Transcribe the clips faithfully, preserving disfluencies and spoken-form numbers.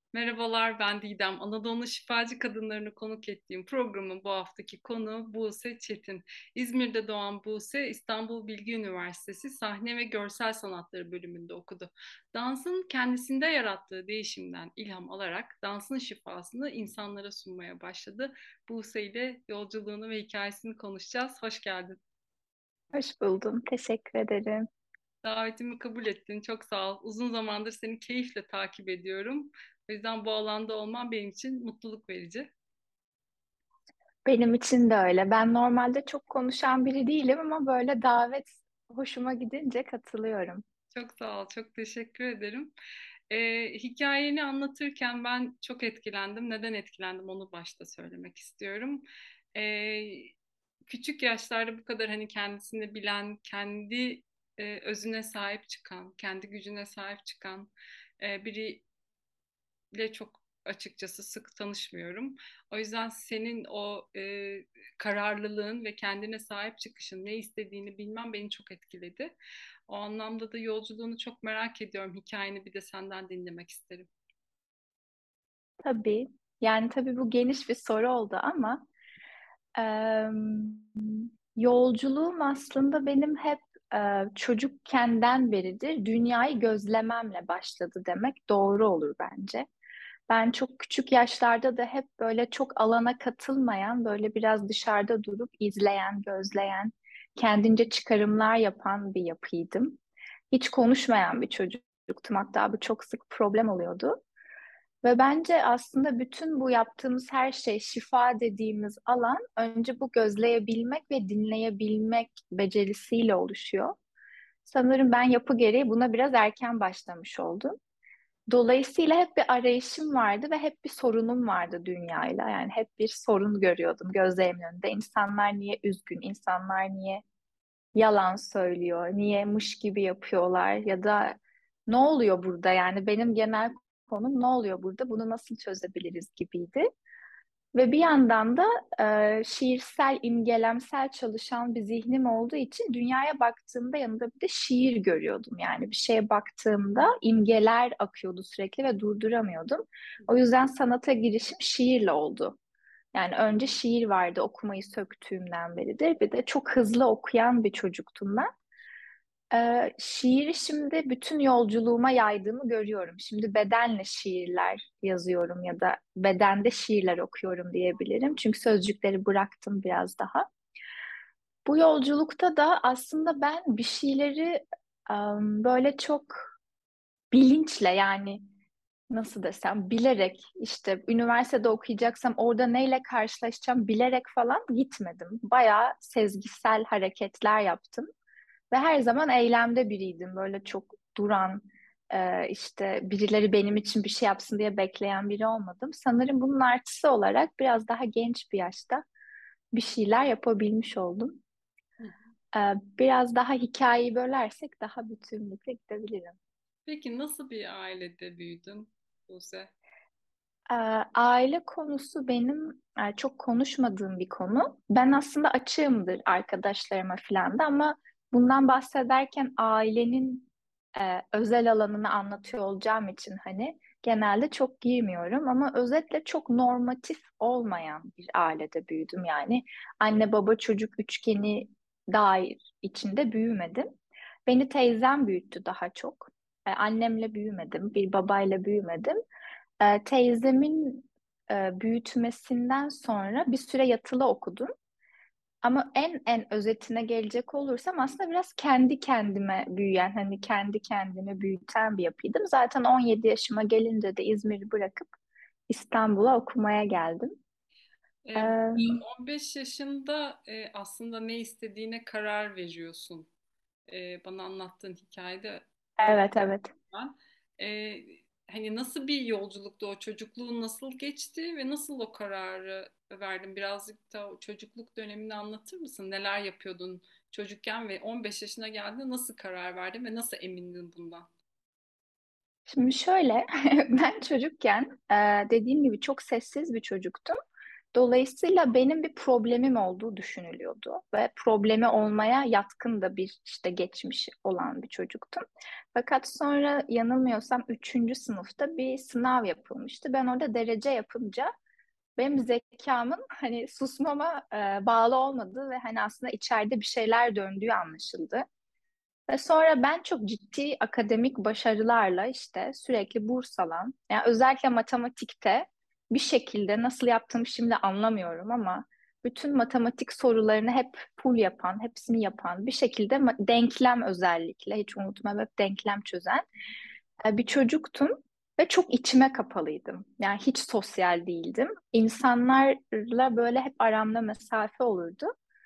Merhabalar, ben Didem. Anadolu şifacı kadınlarını konuk ettiğim programın bu haftaki konu Buse Çetin. İzmir'de doğan Buse, İstanbul Bilgi Üniversitesi Sahne ve Görsel Sanatları bölümünde okudu. Dansın kendisinde yarattığı değişimden ilham alarak dansın şifasını insanlara sunmaya başladı. Buse ile yolculuğunu ve hikayesini konuşacağız. Hoş geldin. Hoş buldum. Teşekkür ederim. Davetimi kabul ettin. Çok sağ ol. Uzun zamandır seni keyifle takip ediyorum. O yüzden bu alanda olman benim için mutluluk verici. Benim için de öyle. Ben normalde çok konuşan biri değilim ama böyle davet hoşuma gidince katılıyorum. Çok sağ ol, çok teşekkür ederim. Ee, hikayeni anlatırken ben çok etkilendim. Neden etkilendim onu başta söylemek istiyorum. Ee, Küçük yaşlarda bu kadar hani kendisini bilen, kendi e, özüne sahip çıkan, kendi gücüne sahip çıkan e, biri ile çok açıkçası sık tanışmıyorum. O yüzden senin o e, kararlılığın ve kendine sahip çıkışın, ne istediğini bilmem beni çok etkiledi. O anlamda da yolculuğunu çok merak ediyorum. Hikayeni bir de senden dinlemek isterim. Tabii. Yani tabii bu geniş bir soru oldu ama em, yolculuğum aslında benim hep e, çocukkenden beridir. Dünyayı gözlememle başladı demek doğru olur bence. Ben çok küçük yaşlarda da hep böyle çok alana katılmayan, böyle biraz dışarıda durup izleyen, gözleyen, kendince çıkarımlar yapan bir yapıydım. Hiç konuşmayan bir çocuktum. Hatta bu çok sık problem oluyordu. Ve bence aslında bütün bu yaptığımız her şey, şifa dediğimiz alan önce bu gözleyebilmek ve dinleyebilmek becerisiyle oluşuyor. Sanırım ben yapı gereği buna biraz erken başlamış oldum. Dolayısıyla hep bir arayışım vardı ve hep bir sorunum vardı dünyayla. Yani hep bir sorun görüyordum gözlerimin önünde. İnsanlar niye üzgün, insanlar niye yalan söylüyor, niyemiş gibi yapıyorlar ya da ne oluyor burada? Yani benim genel konum ne oluyor burada, bunu nasıl çözebiliriz gibiydi. Ve bir yandan da e, şiirsel, imgelemsel çalışan bir zihnim olduğu için dünyaya baktığımda yanında bir de şiir görüyordum. Yani bir şeye baktığımda imgeler akıyordu sürekli ve durduramıyordum. O yüzden sanata girişim şiirle oldu. Yani önce şiir vardı okumayı söktüğümden beridir. Bir de çok hızlı okuyan bir çocuktum ben. Ee, şiiri şimdi bütün yolculuğuma yaydığımı görüyorum. Şimdi bedenle şiirler yazıyorum ya da bedende şiirler okuyorum diyebilirim. Çünkü sözcükleri bıraktım biraz daha. Bu yolculukta da aslında ben bir şeyleri em, böyle çok bilinçle yani nasıl desem bilerek işte üniversitede okuyacaksam orada neyle karşılaşacağım bilerek falan gitmedim. Bayağı sezgisel hareketler yaptım. Ve her zaman eylemde biriydim. Böyle çok duran, e, işte birileri benim için bir şey yapsın diye bekleyen biri olmadım. Sanırım bunun artısı olarak biraz daha genç bir yaşta bir şeyler yapabilmiş oldum. E, Biraz daha hikayeyi bölersek daha bütünlükle gidebilirim. Peki nasıl bir ailede büyüdün Buse? E, Aile konusu benim e, çok konuşmadığım bir konu. Ben aslında açığımdır arkadaşlarıma falan da ama bundan bahsederken ailenin e, özel alanını anlatıyor olacağım için hani genelde çok girmiyorum ama özetle çok normatif olmayan bir ailede büyüdüm yani. Anne baba çocuk üçgeni dair içinde büyümedim. Beni teyzem büyüttü daha çok. E, annemle büyümedim, bir babayla büyümedim. E, teyzemin e, büyütmesinden sonra bir süre yatılı okudum. Ama en en özetine gelecek olursam aslında biraz kendi kendime büyüyen, hani kendi kendimi büyüten bir yapıydım. Zaten on yedi yaşıma gelince de İzmir'i bırakıp İstanbul'a okumaya geldim. Ee, Ee, on beş yaşında e, aslında ne istediğine karar veriyorsun. Ee, bana anlattığın hikayede öyle. evet evet. Ben. Ee, Hani nasıl bir yolculuktu o çocukluğun nasıl geçti ve nasıl o kararı verdin? Birazcık da o çocukluk dönemini anlatır mısın? Neler yapıyordun çocukken ve on beş yaşına geldiğinde nasıl karar verdin ve nasıl emindin bundan? Şimdi şöyle, ben çocukken e, dediğim gibi çok sessiz bir çocuktum. Dolayısıyla benim bir problemim olduğu düşünülüyordu ve problemi olmaya yatkın da bir işte geçmiş olan bir çocuktum. Fakat sonra yanılmıyorsam üçüncü sınıfta bir sınav yapılmıştı. Ben orada derece yapınca benim zekamın hani susmama e, bağlı olmadığı ve hani aslında içeride bir şeyler döndüğü anlaşıldı. Ve sonra ben çok ciddi akademik başarılarla işte sürekli burs alan, yani özellikle matematikte bir şekilde nasıl yaptığımı şimdi anlamıyorum ama bütün matematik sorularını hep full yapan, hepsini yapan, bir şekilde ma- denklem özellikle hiç unutmam hep denklem çözen e, bir çocuktum ve çok içime kapalıydım. Yani hiç sosyal değildim. İnsanlarla böyle hep aramda mesafe olurdu.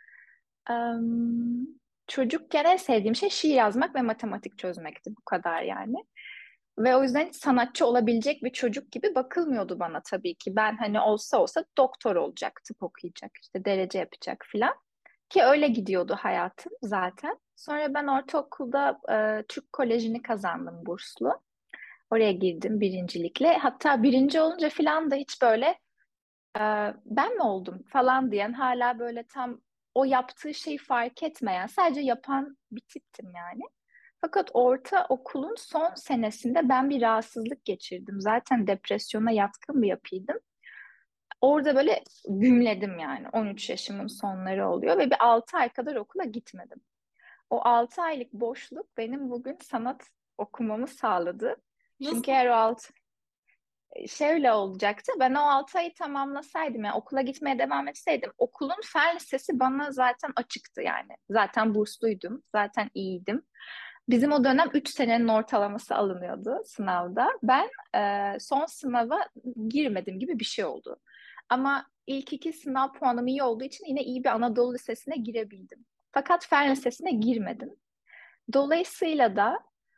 Em, Çocukken en sevdiğim şey şiir yazmak ve matematik çözmekti. Bu kadar yani. Ve o yüzden hiç sanatçı olabilecek bir çocuk gibi bakılmıyordu bana tabii ki. Ben hani olsa olsa doktor olacak, tıp okuyacak, işte derece yapacak filan. Ki öyle gidiyordu hayatım zaten. Sonra ben ortaokulda e, Türk Koleji'ni kazandım burslu. Oraya girdim birincilikle. Hatta birinci olunca filan da hiç böyle ee, ben mi oldum falan diyen hala böyle tam o yaptığı şeyi fark etmeyen sadece yapan bir tiptim yani. Fakat orta okulun son senesinde ben bir rahatsızlık geçirdim. Zaten depresyona yatkın bir yapıydım. Orada böyle gümledim yani. on üç yaşımın sonları oluyor ve bir altı ay kadar okula gitmedim. O altı aylık boşluk benim bugün sanat okumamı sağladı. Çünkü Nasıl? eğer o altı şöyle olacaktı. Ben o altı ayı tamamlasaydım yani okula gitmeye devam etseydim okulun fen lisesi bana zaten açıktı yani. Zaten bursluydum. Zaten iyiydim. Bizim o dönem üç senenin ortalaması alınıyordu sınavda. Ben e, son sınava girmedim gibi bir şey oldu. Ama ilk iki sınav puanım iyi olduğu için yine iyi bir Anadolu Lisesi'ne girebildim. Fakat fen lisesine girmedim. Dolayısıyla da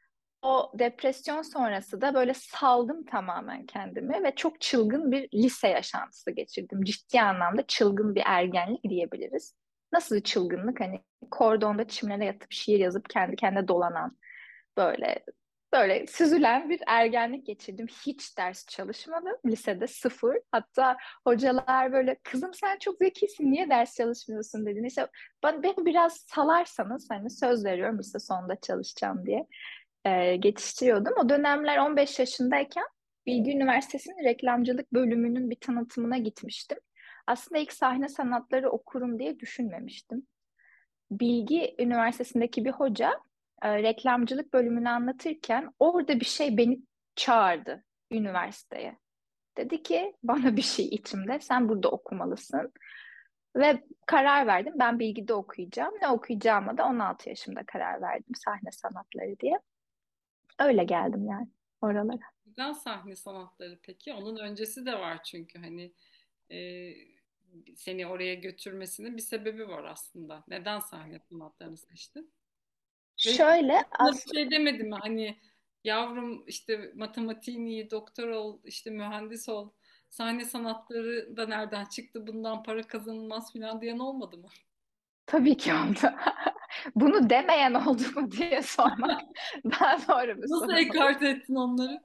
o depresyon sonrası da böyle saldım tamamen kendimi ve çok çılgın bir lise yaşantısı geçirdim. Ciddi anlamda çılgın bir ergenlik diyebiliriz. Nasıl bir çılgınlık? Hani kordonda çimlere yatıp şiir yazıp kendi kendine dolanan böyle böyle süzülen bir ergenlik geçirdim. Hiç ders çalışmadım. Lisede sıfır. Hatta hocalar böyle kızım sen çok zekisin niye ders çalışmıyorsun dedin. İşte ben, beni biraz salarsanız hani söz veriyorum lise sonunda çalışacağım diye e, geçiştiriyordum. O dönemler on beş yaşındayken Bilgi Üniversitesi'nin reklamcılık bölümünün bir tanıtımına gitmiştim. Aslında ilk sahne sanatları okurum diye düşünmemiştim. Bilgi Üniversitesi'ndeki bir hoca e, reklamcılık bölümünü anlatırken orada bir şey beni çağırdı üniversiteye. Dedi ki bana bir şey içimde sen burada okumalısın. Ve karar verdim ben Bilgi'de okuyacağım. Ne okuyacağıma da on altı yaşımda karar verdim sahne sanatları diye. Öyle geldim yani oralara. Neden sahne sanatları peki? Onun öncesi de var çünkü hani e, seni oraya götürmesinin bir sebebi var aslında. Neden sahne sanatlarını seçtin? Ve Şöyle sana as bir şey demedi mi? Hani yavrum işte matematiğin iyi, doktor ol, işte mühendis ol. Sahne sanatları da nereden çıktı? Bundan para kazanılmaz falan diyen olmadı mı? tabii ki oldu. Bunu demeyen oldu mu diye sormak daha doğru bir Nasıl soru olur. ekarte ettin onları?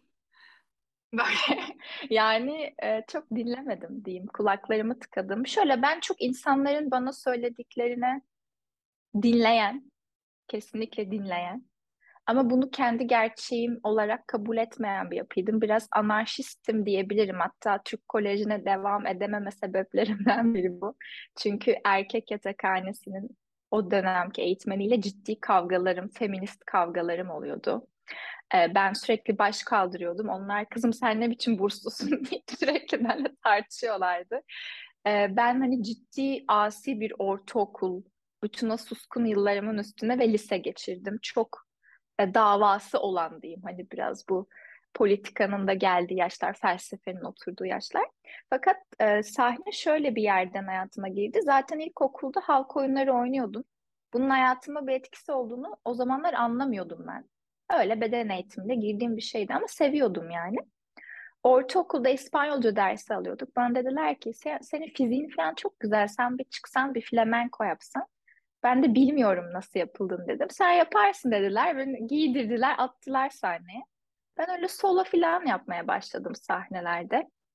Böyle, yani e, çok dinlemedim diyeyim. Kulaklarımı tıkadım. Şöyle ben çok insanların bana söylediklerine dinleyen, kesinlikle dinleyen ama bunu kendi gerçeğim olarak kabul etmeyen bir yapıydım. Biraz anarşistim diyebilirim. Hatta Türk Koleji'ne devam edememe sebeplerimden biri bu. Çünkü erkek yatakhanesinin o dönemki eğitmeniyle ciddi kavgalarım, feminist kavgalarım oluyordu. Ee, ben sürekli baş kaldırıyordum. Onlar kızım sen ne biçim burslusun diye sürekli benimle tartışıyorlardı. Ee, ben hani ciddi asi bir ortaokul, bütün o suskun yıllarımın üstüne ve lise geçirdim. Çok e, davası olan diyeyim. Hani biraz bu politikanın da geldiği yaşlar, felsefenin oturduğu yaşlar. Fakat e, sahne şöyle bir yerden hayatıma girdi. Zaten ilkokulda halk oyunları oynuyordum. Bunun hayatıma bir etkisi olduğunu o zamanlar anlamıyordum ben. Öyle beden eğitiminde girdiğim bir şeydi ama seviyordum yani. Ortaokulda İspanyolca dersi alıyorduk. Bana dediler ki "Sen- senin fiziğin falan çok güzel. Sen bir çıksan bir flamenko yapsan. Ben de bilmiyorum nasıl yapıldığını dedim. Sen yaparsın dediler. Beni giydirdiler, attılar sahneye. Ben öyle solo falan yapmaya başladım sahnelerde.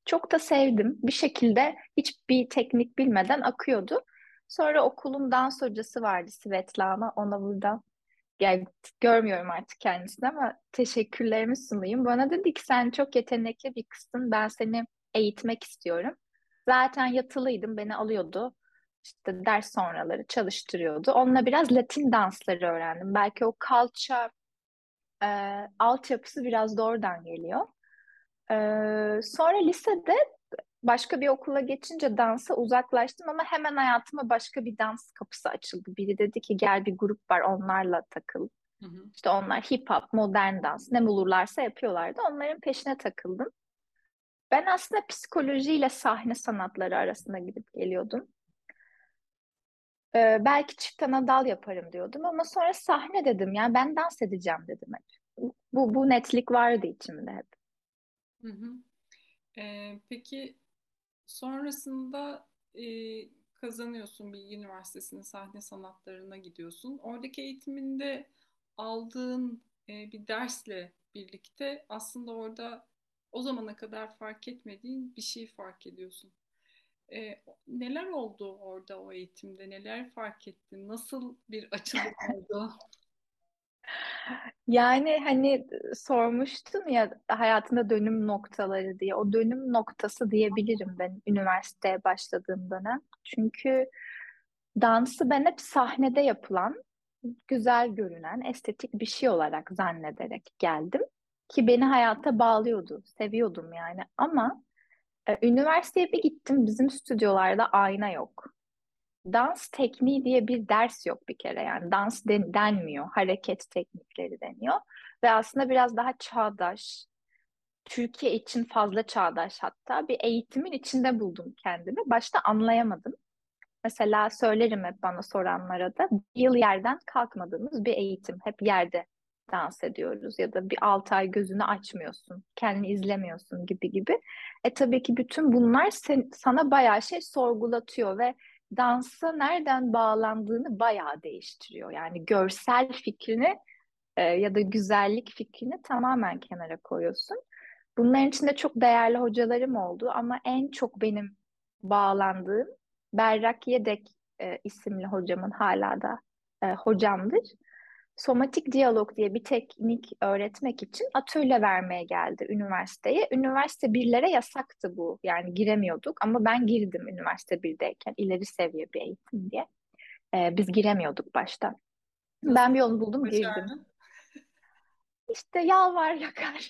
Çok da sevdim. Bir şekilde hiçbir teknik bilmeden akıyordu. Sonra okulun dans hocası vardı, Svetlana. Ona buradan, yani görmüyorum artık kendisini ama teşekkürlerimi sunayım. Bana dedi ki sen çok yetenekli bir kızsın. Ben seni eğitmek istiyorum. Zaten yatılıydım. Beni alıyordu. İşte ders sonraları çalıştırıyordu. Onunla biraz Latin dansları öğrendim. Belki o kalça e, altyapısı biraz da oradan geliyor. E, sonra lisede başka bir okula geçince dansa uzaklaştım ama hemen hayatıma başka bir dans kapısı açıldı. Biri dedi ki gel bir grup var onlarla takıl. Hı hı. İşte onlar hip hop, modern dans ne bulurlarsa yapıyorlardı. Onların peşine takıldım. Ben aslında psikolojiyle sahne sanatları arasında gidip geliyordum. Ee, belki çift ana dal yaparım diyordum ama sonra sahne dedim ya ben dans edeceğim dedim hep. Bu, bu netlik vardı içimde hep. Hı hı. Ee, peki sonrasında e, kazanıyorsun, Bilgi Üniversitesi'nin sahne sanatlarına gidiyorsun. Oradaki eğitiminde aldığın e, bir dersle birlikte aslında orada o zamana kadar fark etmediğin bir şey fark ediyorsun. E, neler oldu orada o eğitimde? Neler fark ettin? Nasıl bir açılım oldu? Yani hani sormuştun ya hayatında dönüm noktaları diye. O dönüm noktası diyebilirim ben üniversiteye başladığım dönem. Çünkü dansı ben hep sahnede yapılan, güzel görünen, estetik bir şey olarak zannederek geldim. Ki beni hayata bağlıyordu, seviyordum yani. Ama e, üniversiteye bir gittim, bizim stüdyolarda ayna yok. Dans tekniği diye bir ders yok bir kere yani dans den- denmiyor, hareket teknikleri deniyor ve aslında biraz daha çağdaş, Türkiye için fazla çağdaş hatta bir eğitimin içinde buldum kendimi. Başta anlayamadım. Mesela söylerim hep bana soranlara da bir yıl yerden kalkmadığımız bir eğitim. Hep yerde dans ediyoruz ya da bir altı ay gözünü açmıyorsun, kendini izlemiyorsun gibi gibi. E tabii ki bütün bunlar sen- sana bayağı şey sorgulatıyor ve dansa nereden bağlandığını bayağı değiştiriyor. Yani görsel fikrini e, ya da güzellik fikrini tamamen kenara koyuyorsun. Bunların içinde çok değerli hocalarım oldu ama en çok benim bağlandığım Berrak Yedek e, isimli hocamın hala da e, hocamdır. Somatik diyalog diye bir teknik öğretmek için atölye vermeye geldi üniversiteye. Üniversite birlere yasaktı bu. Yani giremiyorduk ama ben girdim üniversite birdeyken ileri seviye bir eğitim diye. E, biz giremiyorduk başta. Nasıl Ben bir yolunu buldum girdim. başardın? İşte yalvar yakar.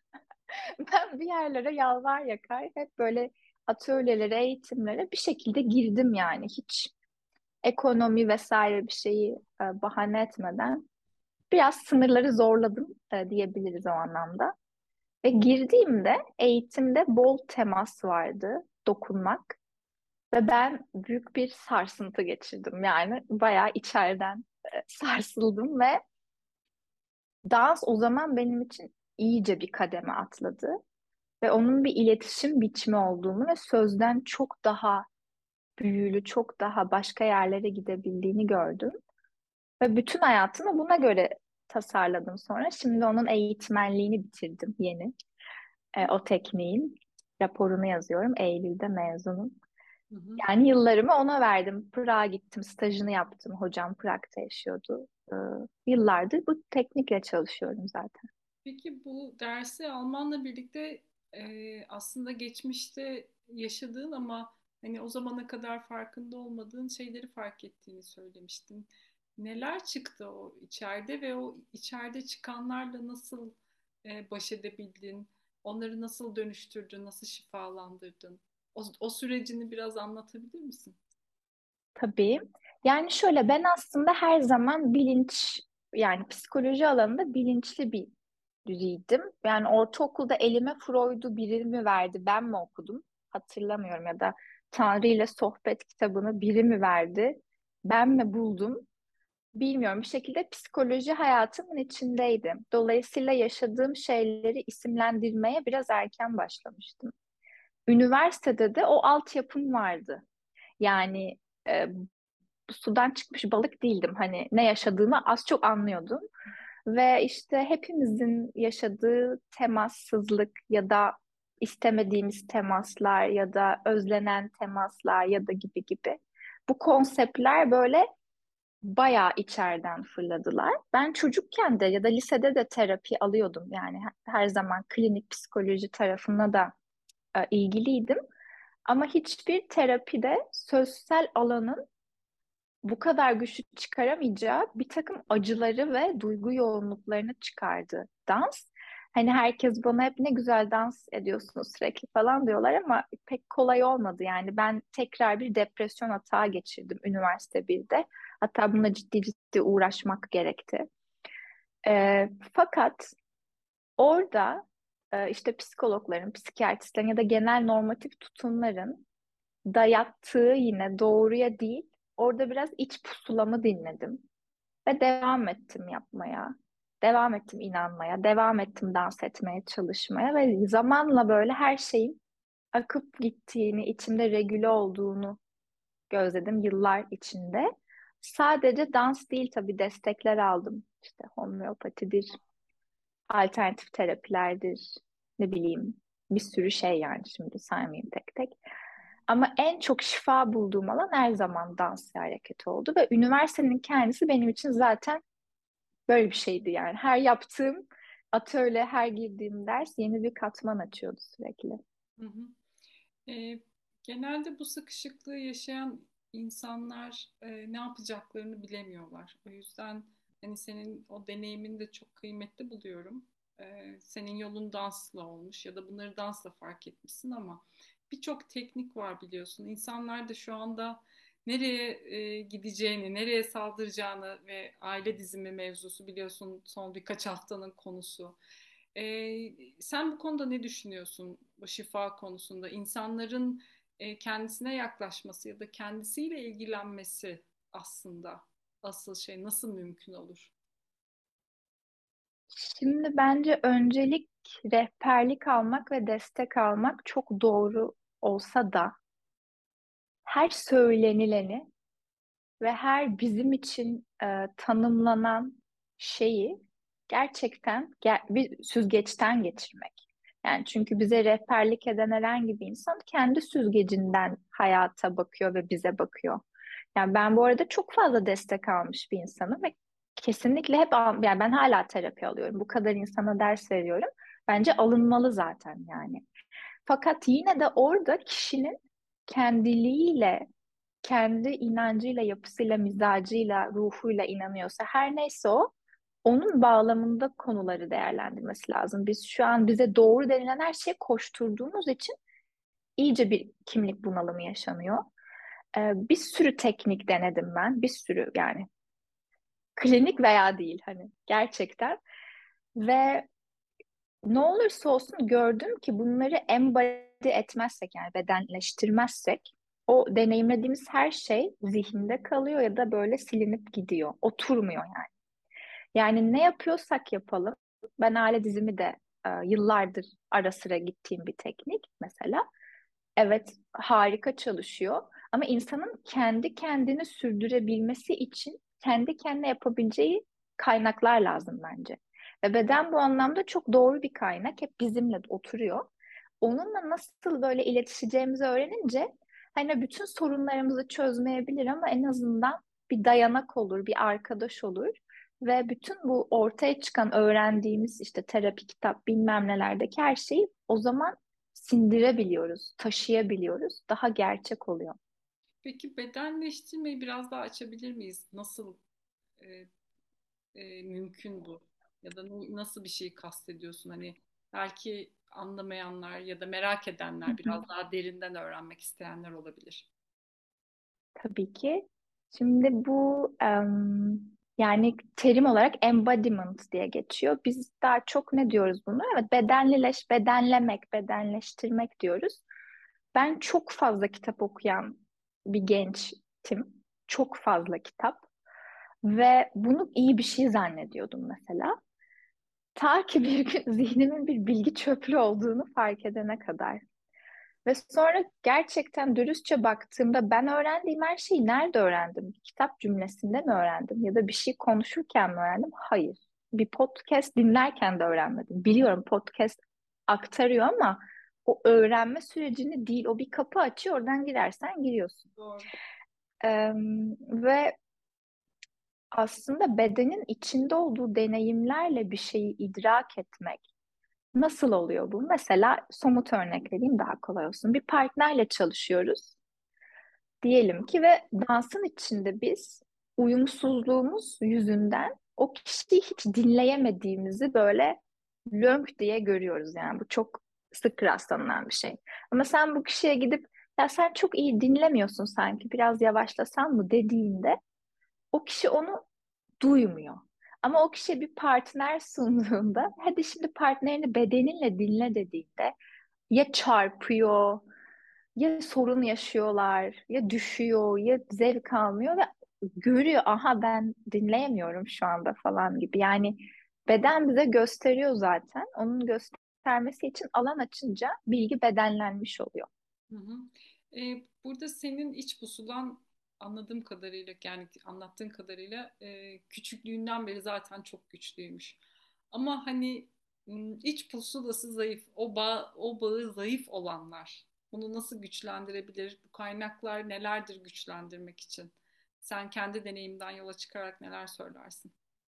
Ben bir yerlere yalvar yakar hep böyle atölyelere, eğitimlere bir şekilde girdim yani. Hiç ekonomi vesaire bir şeyi e, bahane etmeden biraz sınırları zorladım e, diyebiliriz o anlamda. Ve girdiğimde eğitimde bol temas vardı, dokunmak. Ve ben büyük bir sarsıntı geçirdim. Yani bayağı içeriden e, sarsıldım ve dans o zaman benim için iyice bir kademe atladı. Ve onun bir iletişim biçimi olduğunu ve sözden çok daha büyülü, çok daha başka yerlere gidebildiğini gördüm. Ve bütün hayatımı buna göre tasarladım sonra. Şimdi onun eğitmenliğini bitirdim yeni. E, o tekniğin raporunu yazıyorum. Eylül'de mezunum. Hı hı. Yani yıllarımı ona verdim. Prag'a gittim, stajını yaptım. Hocam Prag'da yaşıyordu. E, yıllardır bu teknikle çalışıyorum zaten. Peki bu dersi almanla birlikte e, aslında geçmişte yaşadığın ama hani o zamana kadar farkında olmadığın şeyleri fark ettiğini söylemiştin. Neler çıktı o içeride ve o içeride çıkanlarla nasıl e, baş edebildin? Onları nasıl dönüştürdün? Nasıl şifalandırdın? O, o sürecini biraz anlatabilir misin? Tabii. Yani şöyle ben aslında her zaman bilinç yani psikoloji alanında bilinçli bir biriydim. Yani ortaokulda elime Freud'u biri mi verdi ben mi okudum hatırlamıyorum ya da Tanrı ile Sohbet kitabını biri mi verdi ben mi buldum bilmiyorum. Bir şekilde psikoloji hayatımın içindeydi. Dolayısıyla yaşadığım şeyleri isimlendirmeye biraz erken başlamıştım. Üniversitede de o altyapım vardı. Yani e, sudan çıkmış balık değildim. Hani ne yaşadığımı az çok anlıyordum. Ve işte hepimizin yaşadığı temassızlık ya da istemediğimiz temaslar ya da özlenen temaslar ya da gibi gibi. Bu konseptler böyle bayağı içeriden fırladılar. Ben çocukken de ya da lisede de terapi alıyordum. Yani her zaman klinik psikoloji tarafına da e, ilgiliydim. Ama hiçbir terapide sözsel alanın bu kadar güçlü çıkaramayacağı bir takım acıları ve duygu yoğunluklarını çıkardı dans. Hani herkes bana hep ne güzel dans ediyorsunuz sürekli falan diyorlar ama pek kolay olmadı. Yani ben tekrar bir depresyon atağı geçirdim üniversite birde. Hatta buna ciddi ciddi uğraşmak gerekti. Ee, fakat orada e, işte psikologların, psikiyatristlerin ya da genel normatif tutumların dayattığı yine doğruya değil, orada biraz iç pusulamı dinledim ve devam ettim yapmaya. Devam ettim inanmaya, devam ettim dans etmeye çalışmaya ve zamanla böyle her şeyin akıp gittiğini, içimde regüle olduğunu gözledim yıllar içinde. Sadece dans değil tabii destekler aldım. İşte homeopatidir, alternatif terapilerdir, ne bileyim bir sürü şey yani şimdi saymayayım tek tek. Ama en çok şifa bulduğum alan her zaman dans ve hareket oldu ve üniversitenin kendisi benim için zaten böyle bir şeydi yani. Her yaptığım atölye, her girdiğim ders yeni bir katman açıyordu sürekli. Hı hı. E, Genelde bu sıkışıklığı yaşayan insanlar e, ne yapacaklarını bilemiyorlar. O yüzden hani senin o deneyimini de çok kıymetli buluyorum. E, senin yolun dansla olmuş ya da bunları dansla fark etmişsin ama birçok teknik var biliyorsun. İnsanlar da şu anda nereye e, gideceğini, nereye saldıracağını ve aile dizimi mevzusu biliyorsun son birkaç haftanın konusu. Ee, Sen bu konuda ne düşünüyorsun bu şifa konusunda? İnsanların e, kendisine yaklaşması ya da kendisiyle ilgilenmesi aslında asıl şey nasıl mümkün olur? Şimdi bence öncelik rehberlik almak ve destek almak çok doğru olsa da her söylenileni ve her bizim için e, tanımlanan şeyi gerçekten ger- bir süzgeçten geçirmek. Yani çünkü bize rehberlik eden herhangi bir insan kendi süzgecinden hayata bakıyor ve bize bakıyor. Yani ben bu arada çok fazla destek almış bir insanım ve kesinlikle hep al- yani ben hala terapi alıyorum. Bu kadar insana ders veriyorum. Bence alınmalı zaten yani. Fakat yine de orada kişinin kendiliğiyle kendi inancıyla, yapısıyla, mizacıyla, ruhuyla inanıyorsa her neyse o, onun bağlamında konuları değerlendirmesi lazım. Biz şu an bize doğru denilen her şeye koşturduğumuz için iyice bir kimlik bunalımı yaşanıyor. Ee, bir sürü teknik denedim ben, bir sürü yani klinik veya değil hani gerçekten ve ne olursa olsun gördüm ki bunları embody etmezsek yani bedenleştirmezsek o deneyimlediğimiz her şey zihinde kalıyor ya da böyle silinip gidiyor. Oturmuyor yani. Yani ne yapıyorsak yapalım. Ben aile dizimi de e, yıllardır ara sıra gittiğim bir teknik mesela. Evet, harika çalışıyor. Ama insanın kendi kendini sürdürebilmesi için kendi kendine yapabileceği kaynaklar lazım bence. Ve beden bu anlamda çok doğru bir kaynak. Hep bizimle oturuyor. Onunla nasıl böyle iletişeceğimizi öğrenince hani bütün sorunlarımızı çözmeyebilir ama en azından bir dayanak olur, bir arkadaş olur. Ve bütün bu ortaya çıkan öğrendiğimiz işte terapi, kitap, bilmem nelerdeki her şeyi o zaman sindirebiliyoruz, taşıyabiliyoruz. Daha gerçek oluyor. Peki bedenleştirmeyi biraz daha açabilir miyiz? Nasıl e, e, mümkün bu? Ya da n- nasıl bir şey kastediyorsun? Hani belki anlamayanlar ya da merak Hı edenler hı. biraz daha derinden öğrenmek isteyenler olabilir. Tabii ki. Şimdi bu em, yani terim olarak embodiment diye geçiyor. Biz daha çok ne diyoruz bunu? Evet, bedenlileş, bedenlemek, bedenleştirmek diyoruz. Ben çok fazla kitap okuyan bir gençtim. Çok fazla kitap. Ve bunu iyi bir şey zannediyordum mesela. Ta ki bir gün zihnimin bir bilgi çöplüğü olduğunu fark edene kadar. Ve sonra gerçekten dürüstçe baktığımda ben öğrendiğim her şeyi nerede öğrendim? Kitap cümlesinde mi öğrendim? Ya da bir şey konuşurken mi öğrendim? Hayır. Bir podcast dinlerken de öğrenmedim. Biliyorum podcast aktarıyor ama o öğrenme sürecini değil, o bir kapı açıyor, oradan girersen giriyorsun. Doğru. Ee, ve aslında bedenin içinde olduğu deneyimlerle bir şeyi idrak etmek nasıl oluyor bu? Mesela somut örnek vereyim daha kolay olsun. Bir partnerle çalışıyoruz diyelim ki ve dansın içinde biz uyumsuzluğumuz yüzünden o kişiyi hiç dinleyemediğimizi böyle lönk diye görüyoruz, yani bu çok sık rastlanılan bir şey. Ama sen bu kişiye gidip ya sen çok iyi dinlemiyorsun sanki biraz yavaşlasan mı dediğinde o kişi onu duymuyor. Ama o kişiye bir partner sunduğunda hadi şimdi partnerini bedeninle dinle dediğinde ya çarpıyor, ya sorun yaşıyorlar, ya düşüyor, ya zevk almıyor ve görüyor, aha ben dinleyemiyorum şu anda falan gibi. Yani beden bize gösteriyor zaten. Onun göstermesi için alan açınca bilgi bedenlenmiş oluyor. Hı hı. Ee, burada senin iç pusulan anladığım kadarıyla, yani anlattığın kadarıyla e, küçüklüğünden beri zaten çok güçlüymüş. Ama hani m, iç pusulası zayıf, o bağ, o bağı zayıf olanlar bunu nasıl güçlendirebilir? Bu kaynaklar nelerdir güçlendirmek için? Sen kendi deneyimden yola çıkarak neler söylersin?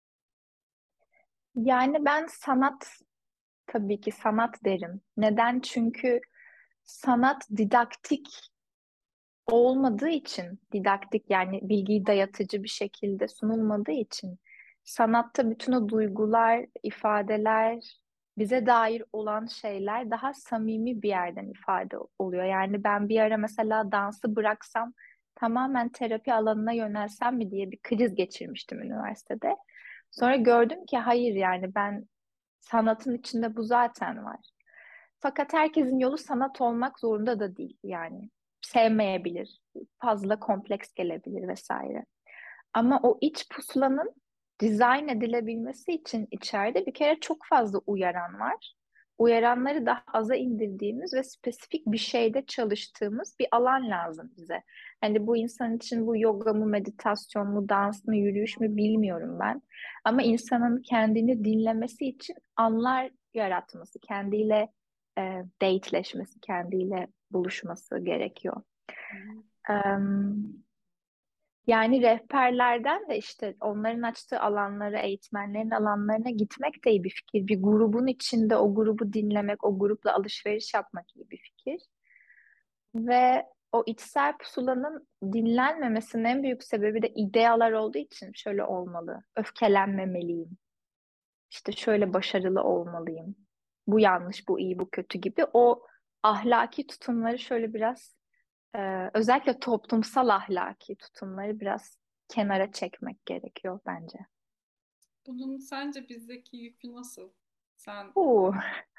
Yani ben sanat, tabii ki sanat derim. Neden? Çünkü sanat didaktik olmadığı için, didaktik yani bilgiyi dayatıcı bir şekilde sunulmadığı için sanatta bütün o duygular, ifadeler, bize dair olan şeyler daha samimi bir yerden ifade oluyor. Yani ben bir ara mesela dansı bıraksam, tamamen terapi alanına yönelsem mi diye bir kriz geçirmiştim üniversitede. Sonra gördüm ki hayır, yani ben sanatın içinde bu zaten var. Fakat herkesin yolu sanat olmak zorunda da değil yani. Sevmeyebilir, fazla kompleks gelebilir vesaire. Ama o iç pusulanın dizayn edilebilmesi için içeride bir kere çok fazla uyaran var. Uyaranları daha aza indirdiğimiz ve spesifik bir şeyde çalıştığımız bir alan lazım bize. Hani bu insan için bu yoga mı, meditasyon mu, dans mı, yürüyüş mü bilmiyorum ben. Ama insanın kendini dinlemesi için anlar yaratması, kendiyle e, dateleşmesi, kendiyle buluşması gerekiyor. Hı hı. Em, yani rehberlerden de işte onların açtığı alanlara, eğitmenlerin alanlarına gitmek de iyi bir fikir. Bir grubun içinde o grubu dinlemek, o grupla alışveriş yapmak iyi bir fikir. Ve o içsel pusulanın dinlenmemesinin en büyük sebebi de idealar olduğu için şöyle olmalı, öfkelenmemeliyim, işte şöyle başarılı olmalıyım, bu yanlış, bu iyi, bu kötü gibi o ahlaki tutumları şöyle biraz, e, özellikle toplumsal ahlaki tutumları biraz kenara çekmek gerekiyor bence. Bunun sence bizdeki yükü nasıl? Sen Oo,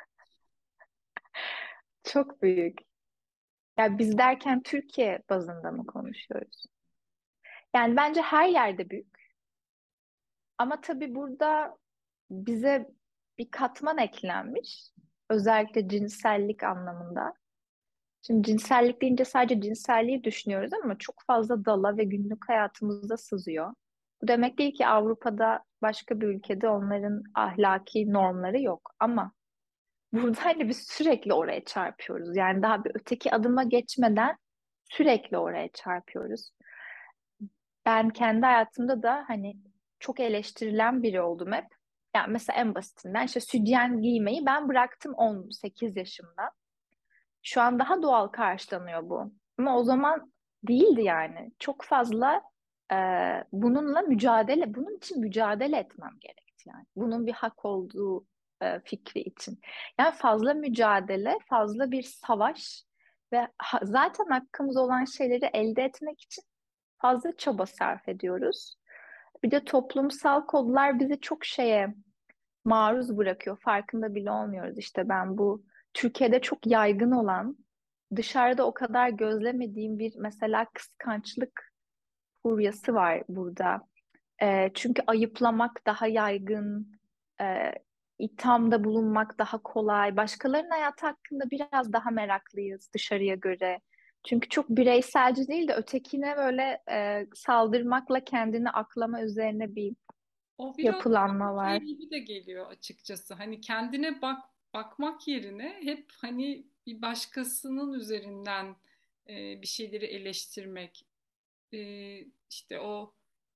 çok büyük. Ya biz derken Türkiye bazında mı konuşuyoruz? Yani bence her yerde büyük. Ama tabii burada bize bir katman eklenmiş. Özellikle cinsellik anlamında. Şimdi cinsellik deyince sadece cinselliği düşünüyoruz ama çok fazla dala ve günlük hayatımızda sızıyor. Bu demek değil ki Avrupa'da başka bir ülkede onların ahlaki normları yok. Ama burada hani biz sürekli oraya çarpıyoruz. Yani daha bir öteki adıma geçmeden sürekli oraya çarpıyoruz. Ben kendi hayatımda da hani çok eleştirilen biri oldum hep. Yani mesela en basitinden işte sütyen giymeyi ben bıraktım on sekiz yaşımda. Şu an daha doğal karşılanıyor bu. Ama o zaman değildi yani. Çok fazla e, bununla mücadele, bunun için mücadele etmem gerekti yani. Bunun bir hak olduğu e, fikri için. Yani fazla mücadele, fazla bir savaş ve ha- zaten hakkımız olan şeyleri elde etmek için fazla çaba sarf ediyoruz. Bir de toplumsal kodlar bizi çok şeye maruz bırakıyor. Farkında bile olmuyoruz. İşte ben bu Türkiye'de çok yaygın olan, dışarıda o kadar gözlemediğim bir mesela kıskançlık furyası var burada. Ee, çünkü ayıplamak daha yaygın, e, ithamda bulunmak daha kolay. Başkalarının hayatı hakkında biraz daha meraklıyız dışarıya göre. Çünkü çok bireyselci değil de ötekine böyle e, saldırmakla kendini aklama üzerine bir o biraz yapılanma şey var. gibi de geliyor açıkçası. Hani kendine bak bakmak yerine hep hani bir başkasının üzerinden e, bir şeyleri eleştirmek, e, işte o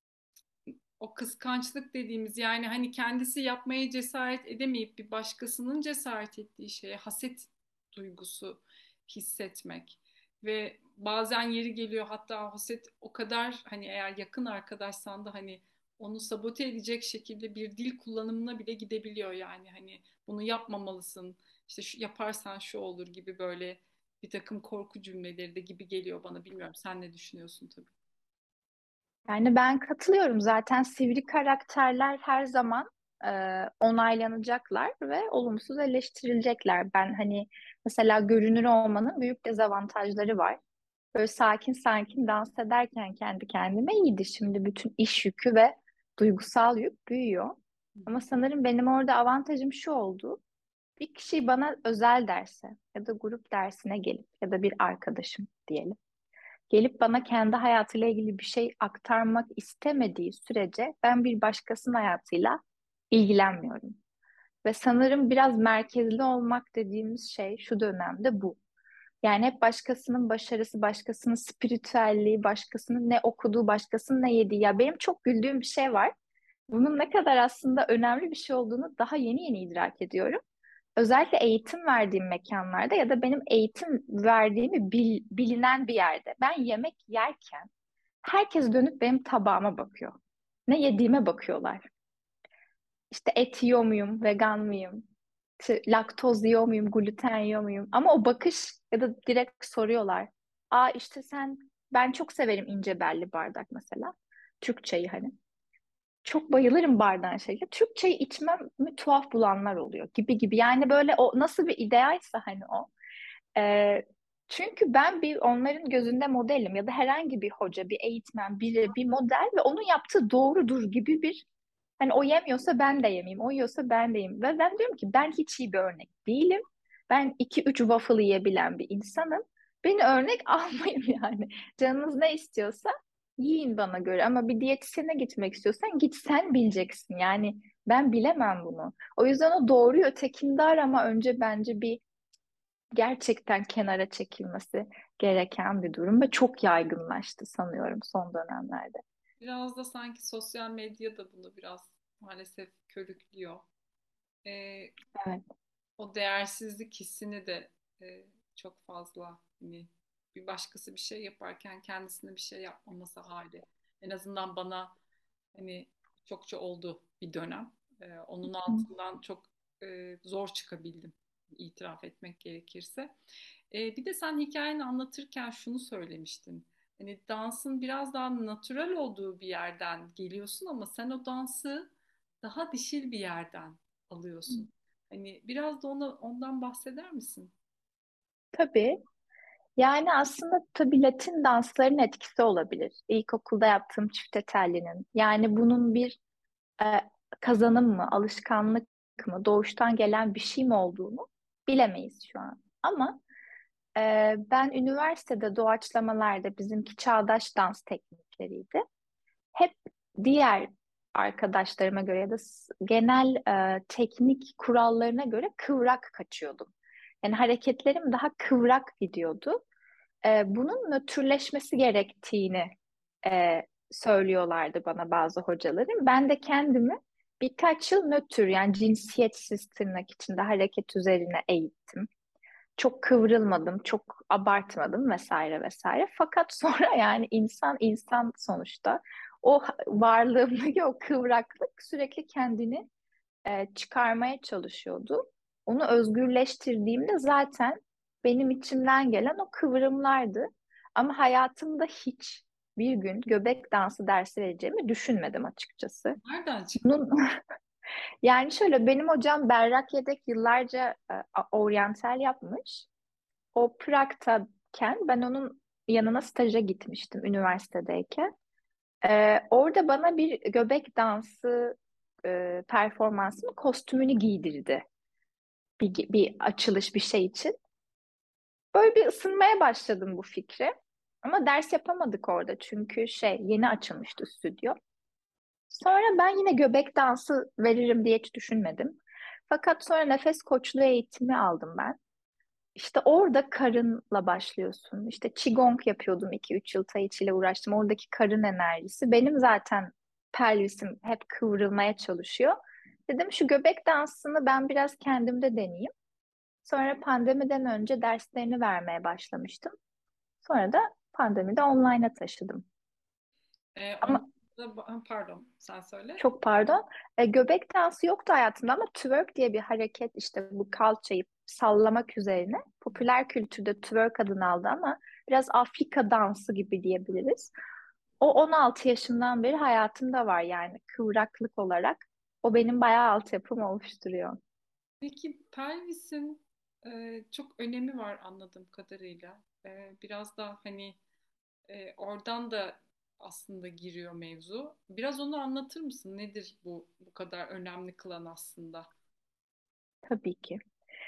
o kıskançlık dediğimiz, yani hani kendisi yapmaya cesaret edemeyip bir başkasının cesaret ettiği şeye haset duygusu hissetmek ve bazen yeri geliyor, hatta haset o kadar, hani eğer yakın arkadaşsan da hani onu sabote edecek şekilde bir dil kullanımına bile gidebiliyor, yani hani bunu yapmamalısın, işte şu yaparsan şu olur gibi, böyle bir takım korku cümleleri de gibi geliyor bana. Bilmiyorum, sen ne düşünüyorsun tabii. Yani ben katılıyorum. Zaten sivri karakterler her zaman e, onaylanacaklar ve olumsuz eleştirilecekler. Ben hani mesela görünür olmanın büyük dezavantajları var. Böyle sakin sakin dans ederken kendi kendime iyiydi. Şimdi bütün iş yükü ve duygusal yük büyüyor. Hı Ama hı. sanırım benim orada avantajım şu oldu. Bir kişi bana özel derse ya da grup dersine gelip ya da bir arkadaşım diyelim, gelip bana kendi hayatıyla ilgili bir şey aktarmak istemediği sürece ben bir başkasının hayatıyla ilgilenmiyorum. Ve sanırım biraz merkezli olmak dediğimiz şey şu dönemde bu. Yani hep başkasının başarısı, başkasının spiritüelliği, başkasının ne okuduğu, başkasının ne yediği. Ya benim çok güldüğüm bir şey var. Bunun ne kadar aslında önemli bir şey olduğunu daha yeni yeni idrak ediyorum. Özellikle eğitim verdiğim mekanlarda ya da benim eğitim verdiğimi bil- bilinen bir yerde. Ben yemek yerken herkes dönüp benim tabağıma bakıyor. Ne yediğime bakıyorlar. İşte et yiyor muyum, vegan mıyım? İşte laktoz yiyor muyum, gluten yiyor muyum? Ama o bakış ya da direkt soruyorlar. Aa işte sen, ben çok severim ince belli bardak mesela. Türk çayı hani. Çok bayılırım bardağın şekli. Türk çayı içmemi tuhaf bulanlar oluyor gibi gibi. Yani böyle o nasıl bir idealsa hani o. Ee, Çünkü ben bir onların gözünde modelim ya da herhangi bir hoca, bir eğitmen, biri bir model ve onun yaptığı doğrudur gibi bir, hani o yemiyorsa ben de yemeyeyim, o yiyorsa ben de yemeyeyim. Ve ben diyorum ki ben hiç iyi bir örnek değilim. Ben iki üç waffle yiyebilen bir insanım. Beni örnek almayın yani. Canınız ne istiyorsa yiyin bana göre. Ama bir diyetisyene gitmek istiyorsan git, sen bileceksin. Yani ben bilemem bunu. O yüzden o doğruyu ötekinde arama önce bence bir gerçekten kenara çekilmesi gereken bir durum ve çok yaygınlaştı sanıyorum son dönemlerde. Biraz da sanki sosyal medya da bunu biraz maalesef körüklüyor. Ee, Evet. O değersizlik hissini de e, çok fazla, hani bir başkası bir şey yaparken kendisine bir şey yapmaması hali. En azından bana hani çokça oldu bir dönem. Ee, onun altından çok e, zor çıkabildim, itiraf etmek gerekirse. Ee, bir de sen hikayeni anlatırken şunu söylemiştin. Hani dansın biraz daha natural olduğu bir yerden geliyorsun ama sen o dansı daha dişil bir yerden alıyorsun. Hani biraz da ona, ondan bahseder misin? Tabii. Yani aslında tabii Latin dansların etkisi olabilir. İlkokulda yaptığım çifte tellinin. Yani bunun bir e, kazanım mı, alışkanlık mı, doğuştan gelen bir şey mi olduğunu bilemeyiz şu an. Ama e, ben üniversitede doğaçlamalarda, bizimki çağdaş dans teknikleriydi. Hep diğer arkadaşlarıma göre ya da s- genel e, teknik kurallarına göre kıvrak kaçıyordum. Yani hareketlerim daha kıvrak gidiyordu. E, bunun nötrleşmesi gerektiğini e, söylüyorlardı bana bazı hocalarım. Ben de kendimi birkaç yıl nötr, yani cinsiyetsiz tırnak içinde hareket üzerine eğittim. Çok kıvrılmadım, çok abartmadım vesaire vesaire. Fakat sonra yani insan insan sonuçta, o varlığımdaki o kıvraklık sürekli kendini e, çıkarmaya çalışıyordu. Onu özgürleştirdiğimde zaten benim içimden gelen o kıvrımlardı. Ama hayatımda hiç bir gün göbek dansı dersi vereceğimi düşünmedim açıkçası. Nereden çıktı? Bunun, yani şöyle, benim hocam Berrak Yedek yıllarca e, oryantal yapmış. O Prag'tayken ben onun yanına staja gitmiştim üniversitedeyken. Ee, orada bana bir göbek dansı e, performansının kostümünü giydirdi. Bir, bir açılış bir şey için. Böyle bir ısınmaya başladım bu fikre. Ama ders yapamadık orada çünkü şey, yeni açılmıştı stüdyo. Sonra ben yine göbek dansı veririm diye hiç düşünmedim. Fakat sonra nefes koçluğu eğitimi aldım ben. İşte orada karınla başlıyorsun. İşte Qigong yapıyordum iki üç yıl Tai Chi ile uğraştım. Oradaki karın enerjisi. Benim zaten pelvisim hep kıvrılmaya çalışıyor. Dedim şu göbek dansını ben biraz kendimde deneyeyim. Sonra pandemiden önce derslerini vermeye başlamıştım. Sonra da pandemide online'a taşıdım. E, Ama onu da, pardon, sen söyle. çok pardon. E, göbek dansı yoktu hayatımda ama twerk diye bir hareket işte bu kalçayı sallamak üzerine popüler kültürde twerk adını aldı ama biraz Afrika dansı gibi diyebiliriz. O on altı yaşımdan beri hayatımda var yani kıvraklık olarak. O benim bayağı altyapım oluşturuyor. Peki pelvisin e, çok önemi var anladığım kadarıyla. E, biraz da hani e, oradan da aslında giriyor mevzu. Biraz onu anlatır mısın? Nedir bu bu kadar önemli kılan aslında? Tabii ki.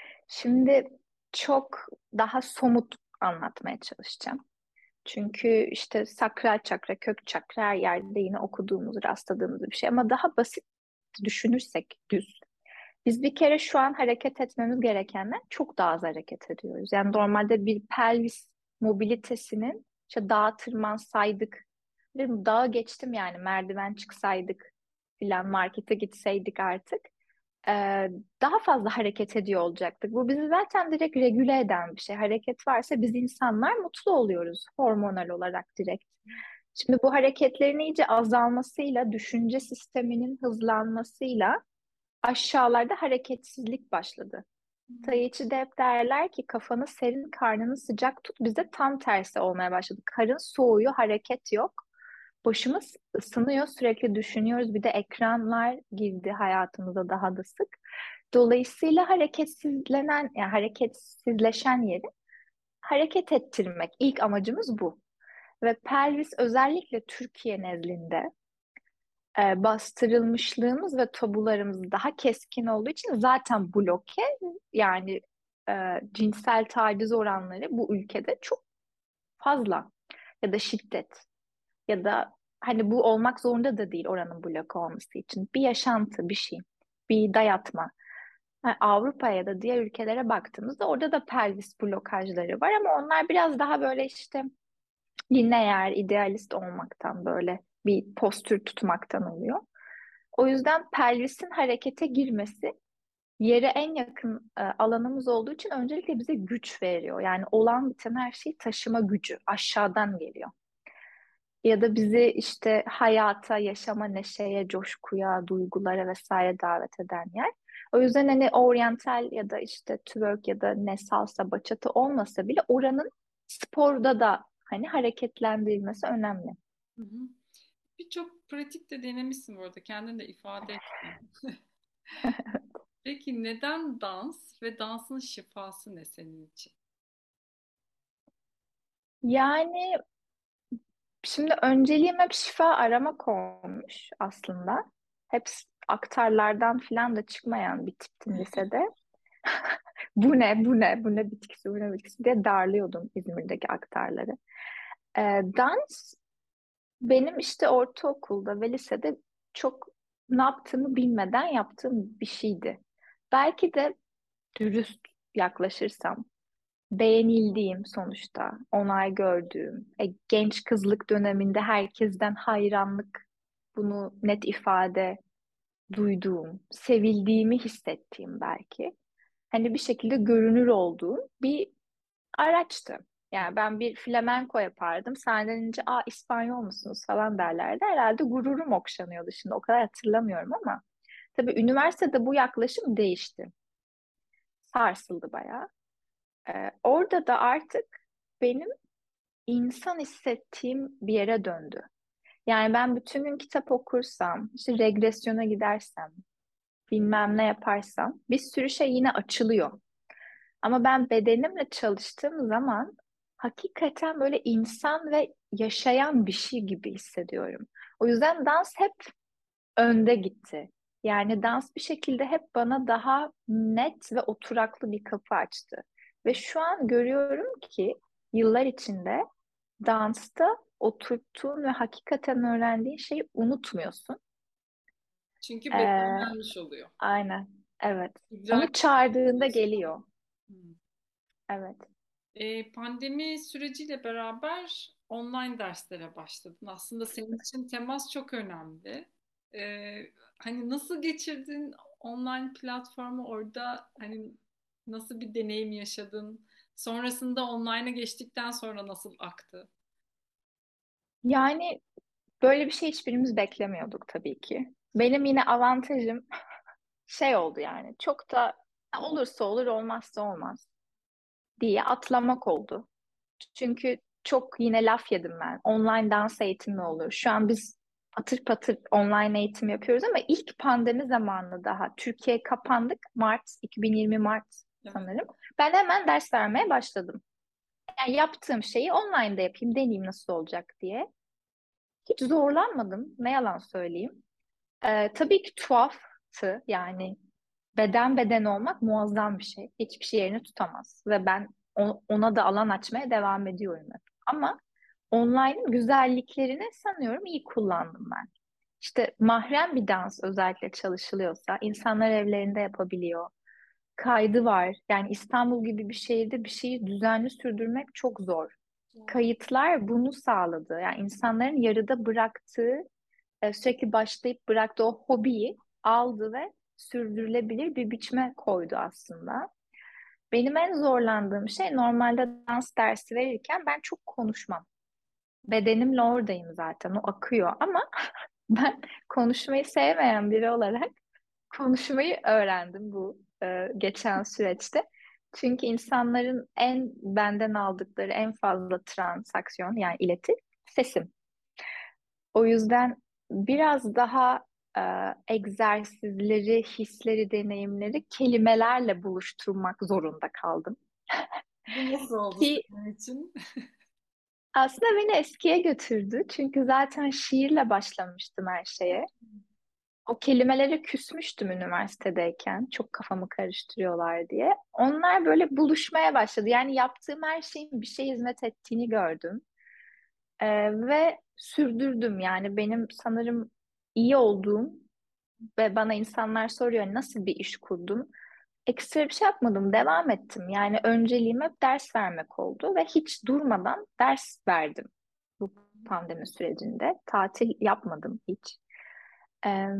Şimdi çok daha somut anlatmaya çalışacağım. Çünkü işte sakral çakra, kök çakra her yerde yine okuduğumuz, rastladığımız bir şey. Ama daha basit düşünürsek düz. Biz bir kere şu an hareket etmemiz gerekenden çok daha az hareket ediyoruz. Yani normalde bir pelvis mobilitesinin işte dağa tırmansaydık, değil mi? Dağa geçtim yani merdiven çıksaydık filan markete gitseydik artık ee, daha fazla hareket ediyor olacaktık. Bu bizi zaten direkt regüle eden bir şey. Hareket varsa biz insanlar mutlu oluyoruz hormonal olarak direkt. Şimdi bu hareketlerin iyice azalmasıyla, düşünce sisteminin hızlanmasıyla aşağılarda hareketsizlik başladı. Hmm. Tai Chi'de hep derler ki kafanı serin, karnını sıcak tut. Bizde tam tersi olmaya başladı. Karın soğuyor, hareket yok. Başımız ısınıyor, sürekli düşünüyoruz. Bir de ekranlar girdi hayatımıza daha da sık. Dolayısıyla hareketsizlenen, yani hareketsizleşen yeri hareket ettirmek. İlk amacımız bu. Ve pelvis özellikle Türkiye nezdinde e, bastırılmışlığımız ve tabularımız daha keskin olduğu için zaten bloke yani e, cinsel taciz oranları bu ülkede çok fazla ya da şiddet ya da hani bu olmak zorunda da değil oranın bloke olması için bir yaşantı bir şey bir dayatma. Ha, Avrupa'ya ya da diğer ülkelere baktığımızda orada da pelvis blokajları var ama onlar biraz daha böyle işte lineer, idealist olmaktan böyle bir postür tutmaktan oluyor. O yüzden pelvisin harekete girmesi yere en yakın e, alanımız olduğu için öncelikle bize güç veriyor. Yani olan biten her şeyi taşıma gücü aşağıdan geliyor. Ya da bizi işte hayata, yaşama, neşeye, coşkuya, duygulara vesaire davet eden yer. O yüzden hani oryantal ya da işte twerk ya da ne salsa, bachata olmasa bile oranın sporda da hani hareketlendirilmesi önemli. Hı hı. Birçok pratik de denemişsin bu arada. Kendin de ifade ettin. Peki neden dans ve dansın şifası ne senin için? Yani şimdi önceliğim hep şifa aramak olmuş aslında. Hep s- aktarlardan falan da çıkmayan bir tiptim lisede. Bu ne, bu ne, bu ne bitkisi, bu ne bitkisi diye darlıyordum İzmir'deki aktarları. Ee, dans benim işte ortaokulda ve lisede çok ne yaptığımı bilmeden yaptığım bir şeydi. Belki de dürüst yaklaşırsam beğenildiğim sonuçta, onay gördüğüm, e, genç kızlık döneminde herkesten hayranlık, bunu net ifade duyduğum, sevildiğimi hissettiğim belki. Hani bir şekilde görünür olduğum bir araçtı. Yani ben bir flamenko yapardım. Sahneden ince aa İspanyol musunuz falan derlerdi. Herhalde gururum okşanıyordu şimdi. O kadar hatırlamıyorum ama. Tabii üniversitede bu yaklaşım değişti. Sarsıldı bayağı. Ee, orada da artık benim insan hissettiğim bir yere döndü. Yani ben bütün gün kitap okursam, işte regresyona gidersem, bilmem ne yaparsam bir sürü şey yine açılıyor. Ama ben bedenimle çalıştığım zaman hakikaten böyle insan ve yaşayan bir şey gibi hissediyorum. O yüzden dans hep önde gitti. Yani dans bir şekilde hep bana daha net ve oturaklı bir kapı açtı. Ve şu an görüyorum ki yıllar içinde dansta oturttuğun ve hakikaten öğrendiğin şeyi unutmuyorsun. Çünkü Ee, bedenlenmiş oluyor. aynen, evet. İdrak Onu çağırdığında ediyorsun. geliyor. Hmm. Evet. E, pandemi süreciyle beraber online derslere başladın. Aslında senin için temas çok önemli. E, Hani nasıl geçirdin online platformu orada? Hani nasıl bir deneyim yaşadın? Sonrasında online'a geçtikten sonra nasıl aktı? Yani böyle bir şey hiçbirimiz beklemiyorduk tabii ki. Benim yine avantajım şey oldu yani. Çok da olursa olur, olmazsa olmaz diye atlamak oldu. Çünkü çok yine laf yedim ben. Online dans eğitimi olur. Şu an biz patır patır online eğitim yapıyoruz ama ilk pandemi zamanı daha Türkiye kapandık. Mart, iki bin yirmi Mart Evet. sanırım. Ben hemen ders vermeye başladım. Yani yaptığım şeyi online'da yapayım, deneyeyim nasıl olacak diye. Hiç zorlanmadım. Ne yalan söyleyeyim. Ee, tabii ki tuhaftı. Yani beden beden olmak muazzam bir şey. Hiçbir şey yerini tutamaz. Ve ben o- ona da alan açmaya devam ediyorum hep. Ama online'ın güzelliklerini sanıyorum iyi kullandım ben. İşte mahrem bir dans özellikle çalışılıyorsa insanlar evlerinde yapabiliyor. Kaydı var. Yani İstanbul gibi bir şehirde bir şeyi düzenli sürdürmek çok zor. Kayıtlar bunu sağladı. Yani insanların yarıda bıraktığı, e, sürekli başlayıp bıraktığı o hobiyi aldı ve sürdürülebilir bir biçime koydu aslında. Benim en zorlandığım şey normalde dans dersi verirken ben çok konuşmam. Bedenimle oradayım zaten, o akıyor ama ben konuşmayı sevmeyen biri olarak konuşmayı öğrendim bu e, geçen süreçte. Çünkü insanların en benden aldıkları en fazla transaksiyon yani ileti sesim. O yüzden biraz daha e, egzersizleri, hisleri, deneyimleri kelimelerle buluşturmak zorunda kaldım. Bu nasıl oldu Ki senin için? aslında beni eskiye götürdü. Çünkü zaten şiirle başlamıştım her şeye. O kelimelere küsmüştüm üniversitedeyken. Çok kafamı karıştırıyorlar diye. Onlar böyle buluşmaya başladı. Yani yaptığım her şeyin bir şeye hizmet ettiğini gördüm. Ee, ve sürdürdüm. Yani benim sanırım iyi olduğum ve bana insanlar soruyor nasıl bir iş kurdun? Ekstra bir şey yapmadım, devam ettim. Yani önceliğim hep ders vermek oldu ve hiç durmadan ders verdim bu pandemi sürecinde. Tatil yapmadım hiç. Ee,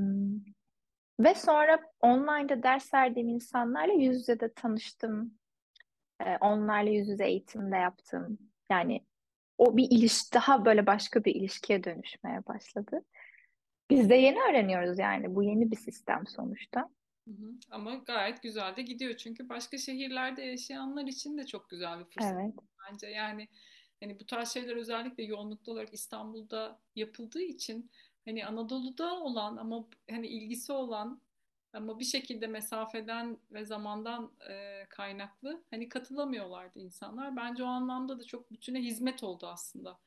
Ve sonra online'da ders verdiğim insanlarla yüz yüze de tanıştım. Ee, onlarla yüz yüze eğitim de yaptım. Yani o bir ilişki daha böyle başka bir ilişkiye dönüşmeye başladı. Biz de yeni öğreniyoruz yani. Bu yeni bir sistem sonuçta. Hı hı. Ama gayet güzel de gidiyor çünkü başka şehirlerde yaşayanlar için de çok güzel bir fırsat Evet. bence. Yani hani bu tarz şeyler özellikle yoğunluklu olarak İstanbul'da yapıldığı için hani Anadolu'da olan ama hani ilgisi olan ama bir şekilde mesafeden ve zamandan e, kaynaklı hani katılamıyorlardı insanlar. Bence o anlamda da çok bütüne hizmet oldu aslında.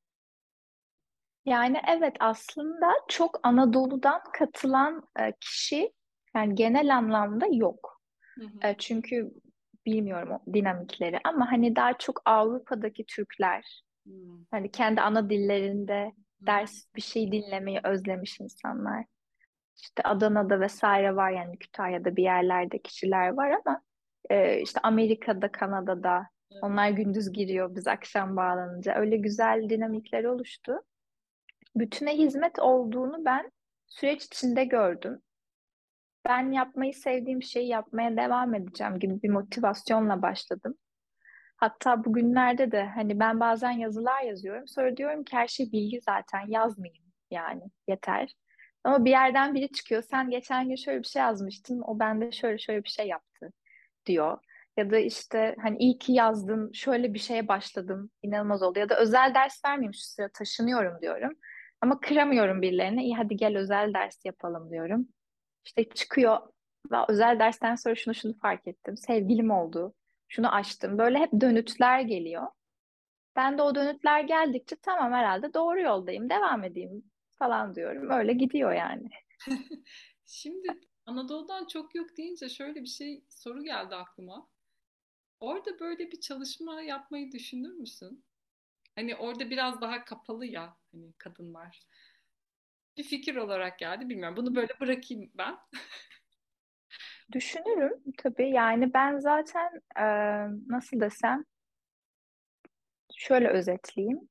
Yani evet aslında çok Anadolu'dan katılan e, kişi yani genel anlamda yok. Hı hı. E, çünkü bilmiyorum o dinamikleri ama hani daha çok Avrupa'daki Türkler Hı hani kendi ana dillerinde hı. ders bir şey dinlemeyi özlemiş insanlar. İşte Adana'da vesaire var yani Kütahya'da bir yerlerde kişiler var ama e, işte Amerika'da, Kanada'da Evet. onlar gündüz giriyor biz akşam bağlanınca öyle güzel dinamikler oluştu. Bütüne hizmet olduğunu ben süreç içinde gördüm. Ben yapmayı sevdiğim şeyi yapmaya devam edeceğim gibi bir motivasyonla başladım. Hatta bugünlerde de hani ben bazen yazılar yazıyorum. Sonra diyorum ki her şey bilgi zaten yazmayayım yani yeter. Ama bir yerden biri çıkıyor. Sen geçen gün şöyle bir şey yazmıştın. O bende şöyle şöyle bir şey yaptı diyor. Ya da işte hani iyi ki yazdın. Şöyle bir şeye başladım. İnanılmaz oldu. Ya da özel ders vermeyeyim şu sıra taşınıyorum diyorum. Ama kıramıyorum birilerine. İyi hadi gel özel ders yapalım diyorum. İşte çıkıyor. Ve özel dersten sonra şunu şunu fark ettim. Sevgilim oldu. Şunu açtım. Böyle hep dönütler geliyor. Ben de o dönütler geldikçe tamam herhalde doğru yoldayım. Devam edeyim falan diyorum. Öyle gidiyor yani. Şimdi Anadolu'dan çok yok deyince şöyle bir şey soru geldi aklıma. Orada böyle bir çalışma yapmayı düşünür müsün? Hani orada biraz daha kapalı ya hani kadınlar. Bir fikir olarak geldi bilmiyorum. Bunu böyle bırakayım ben. Düşünürüm tabii. Yani ben zaten e, nasıl desem, şöyle özetleyeyim.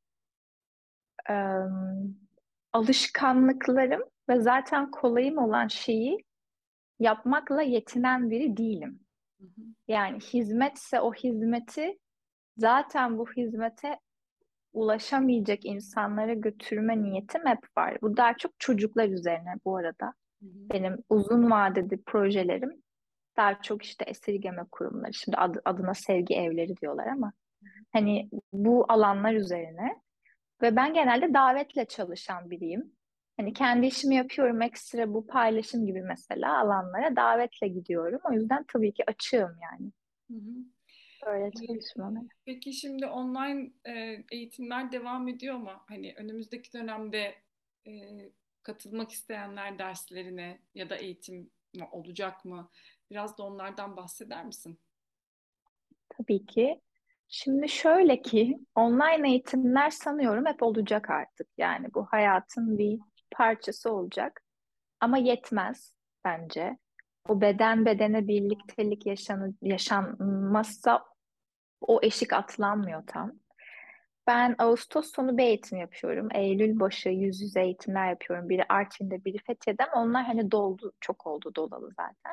E, Alışkanlıklarım ve zaten kolayım olan şeyi yapmakla yetinen biri değilim. Hı hı, Yani hizmetse o hizmeti zaten bu hizmete ulaşamayacak insanlara götürme niyetim hep var. Bu daha çok çocuklar üzerine bu arada. hı hı, Benim uzun vadeli projelerim daha çok işte esirgeme kurumları. Şimdi adı- adına sevgi evleri diyorlar ama hani bu alanlar üzerine ve ben genelde davetle çalışan biriyim. Hani kendi işimi yapıyorum, ekstra bu paylaşım gibi mesela alanlara davetle gidiyorum. O yüzden tabii ki açığım yani hı hı. böyle Ee, çalışmalara. Peki şimdi online e, eğitimler devam ediyor mu? Hani önümüzdeki dönemde e, katılmak isteyenler derslerine ya da eğitim olacak mı? Biraz da onlardan bahseder misin? Tabii ki. Şimdi şöyle ki online eğitimler sanıyorum hep olacak artık. Yani bu hayatın bir parçası olacak. Ama yetmez bence. O beden bedene birliktelik yaşanı, yaşanmazsa o eşik atlanmıyor tam. Ben Ağustos sonu bir eğitim yapıyorum. Eylül başı yüz yüze eğitimler yapıyorum. Biri Artvin'de, biri Fethiye'de ama onlar hani doldu, çok oldu dolalı zaten.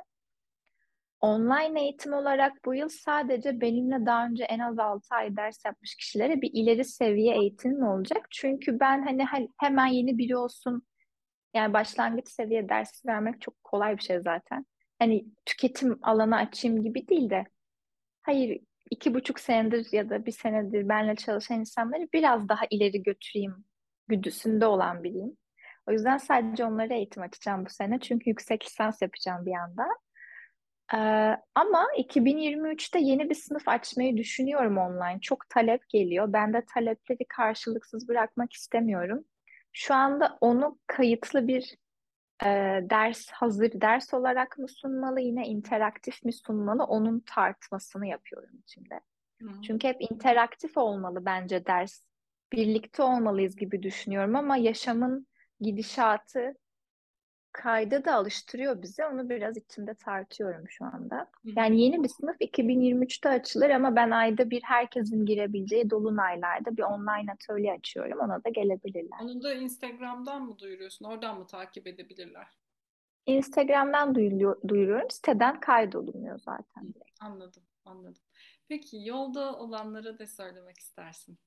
Online eğitim olarak bu yıl sadece benimle daha önce en az altı ay ders yapmış kişilere bir ileri seviye eğitim olacak. Çünkü ben hani he- hemen yeni biri olsun, yani başlangıç seviye dersi vermek çok kolay bir şey zaten. Hani tüketim alanı açayım gibi değil de, hayır, iki buçuk senedir ya da bir senedir benimle çalışan insanları biraz daha ileri götüreyim güdüsünde olan biriyim. O yüzden sadece onlara eğitim açacağım bu sene. Çünkü yüksek lisans yapacağım bir yandan. Ee, Ama iki bin yirmi üçte yeni bir sınıf açmayı düşünüyorum online. Çok talep geliyor. Ben de talepleri karşılıksız bırakmak istemiyorum. Şu anda onu kayıtlı bir e, ders, hazır ders olarak mı sunmalı, yine interaktif mi sunmalı, onun tartmasını yapıyorum içimde. Hı hı. Çünkü hep interaktif olmalı bence ders. Birlikte olmalıyız gibi düşünüyorum ama yaşamın gidişatı kayda da alıştırıyor bizi. Onu biraz içimde tartıyorum şu anda. Hı hı. Yani yeni bir sınıf iki bin yirmi üçte açılır ama ben ayda bir herkesin girebileceği dolunaylarda bir online atölye açıyorum. Ona da gelebilirler. Onu da Instagram'dan mı duyuruyorsun? Oradan mı takip edebilirler? Instagram'dan duyuluyor, duyuruyorum. Siteden kaydolunmuyor Hı, zaten. anladım, anladım. Peki yolda olanlara da söylemek istersin.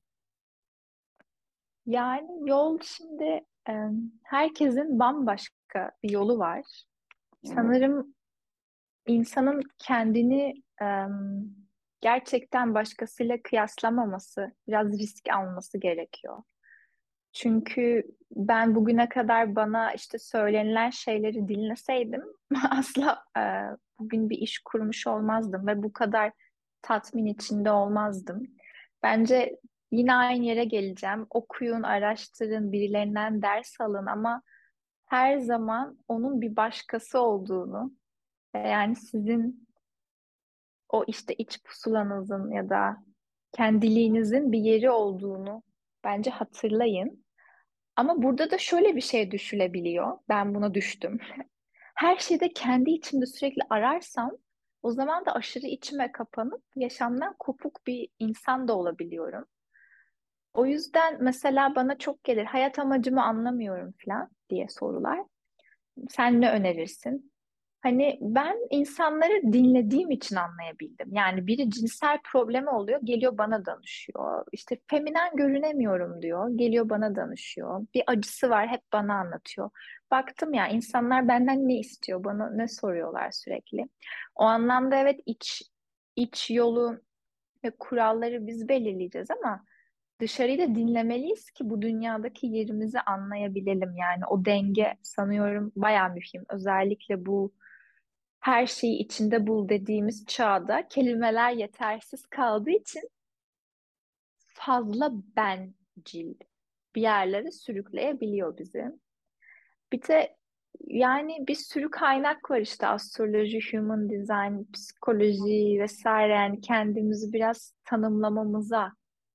Yani yol şimdi e, herkesin bambaşka bir yolu var. Sanırım insanın kendini e, gerçekten başkasıyla kıyaslamaması, biraz risk alması gerekiyor. Çünkü ben bugüne kadar bana işte söylenilen şeyleri dinleseydim asla e, bugün bir iş kurmuş olmazdım ve bu kadar tatmin içinde olmazdım. Bence yine aynı yere geleceğim. Okuyun, araştırın, birilerinden ders alın ama her zaman onun bir başkası olduğunu, e, yani sizin o işte iç pusulanızın ya da kendiliğinizin bir yeri olduğunu bence hatırlayın. Ama burada da şöyle bir şey düşülebiliyor. Ben buna düştüm. Her şeyde kendi içimde sürekli ararsam o zaman da aşırı içime kapanıp yaşamdan kopuk bir insan da olabiliyorum. O yüzden mesela bana çok gelir hayat amacımı anlamıyorum falan diye sorular. Sen ne önerirsin? Hani ben insanları dinlediğim için anlayabildim. Yani biri cinsel problemi oluyor, geliyor bana danışıyor. İşte feminen görünemiyorum diyor, geliyor bana danışıyor. Bir acısı var, hep bana anlatıyor. Baktım ya insanlar benden ne istiyor, bana ne soruyorlar sürekli. O anlamda evet, iç iç yolu ve kuralları biz belirleyeceğiz ama dışarıyı da dinlemeliyiz ki bu dünyadaki yerimizi anlayabilelim. Yani o denge sanıyorum bayağı mühim. Özellikle bu her şeyi içinde bul dediğimiz çağda kelimeler yetersiz kaldığı için fazla bencil bir yerlere sürükleyebiliyor bizi. Bir de yani bir sürü kaynak var işte, astroloji, human design, psikoloji vesaire, yani kendimizi biraz tanımlamamıza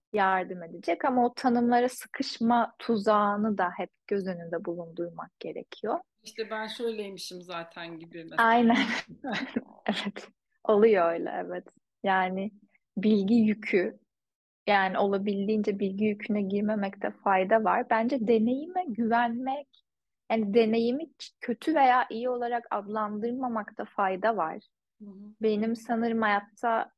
yardım edecek ama o tanımlara sıkışma tuzağını da hep göz önünde bulundurmak gerekiyor. İşte ben şöyleymişim zaten gibi mesela. Aynen. Evet. Oluyor öyle, evet. Yani bilgi yükü, yani olabildiğince bilgi yüküne girmemekte fayda var. Bence deneyime güvenmek, yani deneyimi kötü veya iyi olarak adlandırmamakta fayda var. Hı hı. Benim sanırım hayatta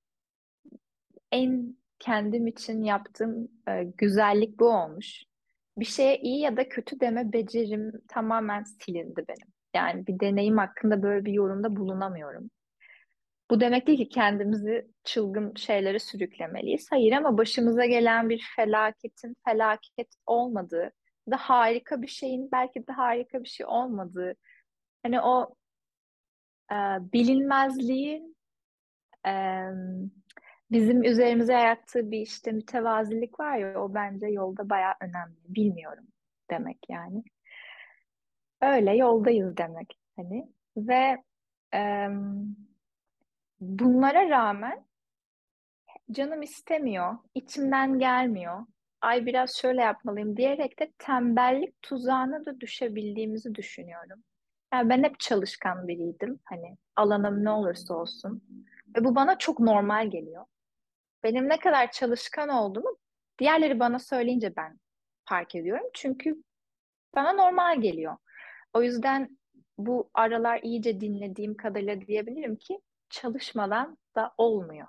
en kendim için yaptığım e, güzellik bu olmuş. Bir şeye iyi ya da kötü deme becerim tamamen silindi benim. Yani bir deneyim hakkında böyle bir yorumda bulunamıyorum. Bu demek değil ki kendimizi çılgın şeylere sürüklemeliyiz. Hayır, ama başımıza gelen bir felaketin felaket olmadığı, da harika bir şeyin belki de harika bir şey olmadığı, hani o e, bilinmezliğin e, bizim üzerimize yarattığı bir işte mütevazilik var ya, o bence yolda bayağı önemli. Bilmiyorum demek yani. Öyle yoldayız demek hani, ve e, bunlara rağmen canım istemiyor, içimden gelmiyor. Ay biraz şöyle yapmalıyım diyerek de tembellik tuzağına da düşebildiğimizi düşünüyorum. Yani ben hep çalışkan biriydim. Hani alanım ne olursa olsun. Ve bu bana çok normal geliyor. Benim ne kadar çalışkan olduğumu diğerleri bana söyleyince ben fark ediyorum. Çünkü bana normal geliyor. O yüzden bu aralar iyice dinlediğim kadarıyla diyebilirim ki çalışmadan da olmuyor.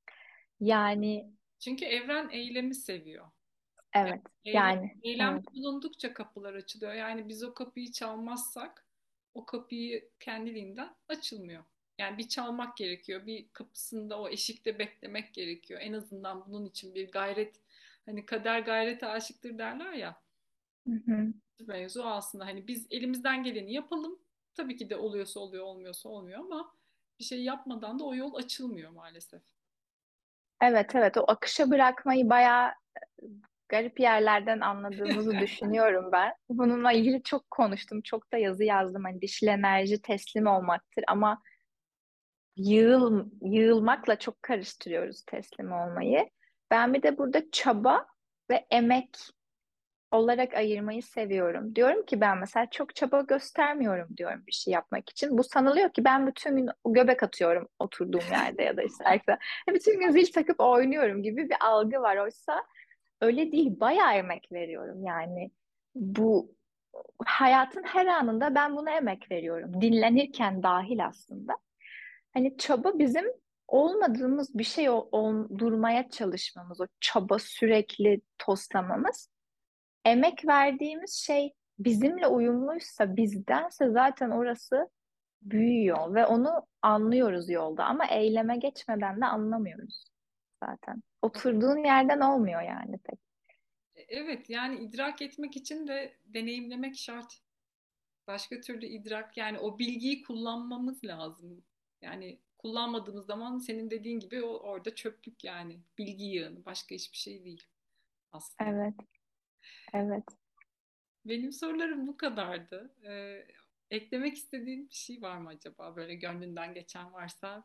Yani Çünkü evren eylemi seviyor. Yani evet, eylem, yani eylemde evet. bulundukça kapılar açılıyor. Yani biz o kapıyı çalmazsak o kapıyı kendiliğinden açılmıyor. Yani bir çalmak gerekiyor. Bir kapısında o eşikte beklemek gerekiyor. En azından bunun için bir gayret, hani kader gayrete aşıktır derler ya. Hı hı. Mevzu aslında hani biz elimizden geleni yapalım. Tabii ki de oluyorsa oluyor, olmuyorsa olmuyor ama bir şey yapmadan da o yol açılmıyor maalesef. Evet, evet, o akışa bırakmayı bayağı garip yerlerden anladığımızı düşünüyorum ben. Bununla ilgili çok konuştum, çok da yazı yazdım. Hani dişil enerji teslim olmaktır ama yığıl, yığılmakla çok karıştırıyoruz teslim olmayı. Ben bir de burada çaba ve emek olarak ayırmayı seviyorum. Diyorum ki ben mesela çok çaba göstermiyorum diyorum bir şey yapmak için. Bu sanılıyor ki ben bütün gün göbek atıyorum oturduğum yerde ya da işte ayakta. Bütün gün zil takıp oynuyorum gibi bir algı var. Oysa öyle değil. Bayağı emek veriyorum yani. Bu hayatın her anında ben buna emek veriyorum. Dinlenirken dahil aslında. Hani çaba bizim olmadığımız bir şey ol- oldurmaya çalışmamız, o çaba sürekli toslamamız. Emek verdiğimiz şey bizimle uyumluysa, bizdense zaten orası büyüyor ve onu anlıyoruz yolda, ama eyleme geçmeden de anlamıyoruz zaten. Oturduğun yerden olmuyor yani pek. Evet, yani idrak etmek için de deneyimlemek şart. Başka türlü idrak, yani o bilgiyi kullanmamız lazım. Yani kullanmadığımız zaman senin dediğin gibi o, orada çöplük, yani bilgi yığını, başka hiçbir şey değil aslında. Evet, evet. Benim sorularım bu kadardı. Ee, eklemek istediğin bir şey var mı acaba, böyle gönlünden geçen varsa?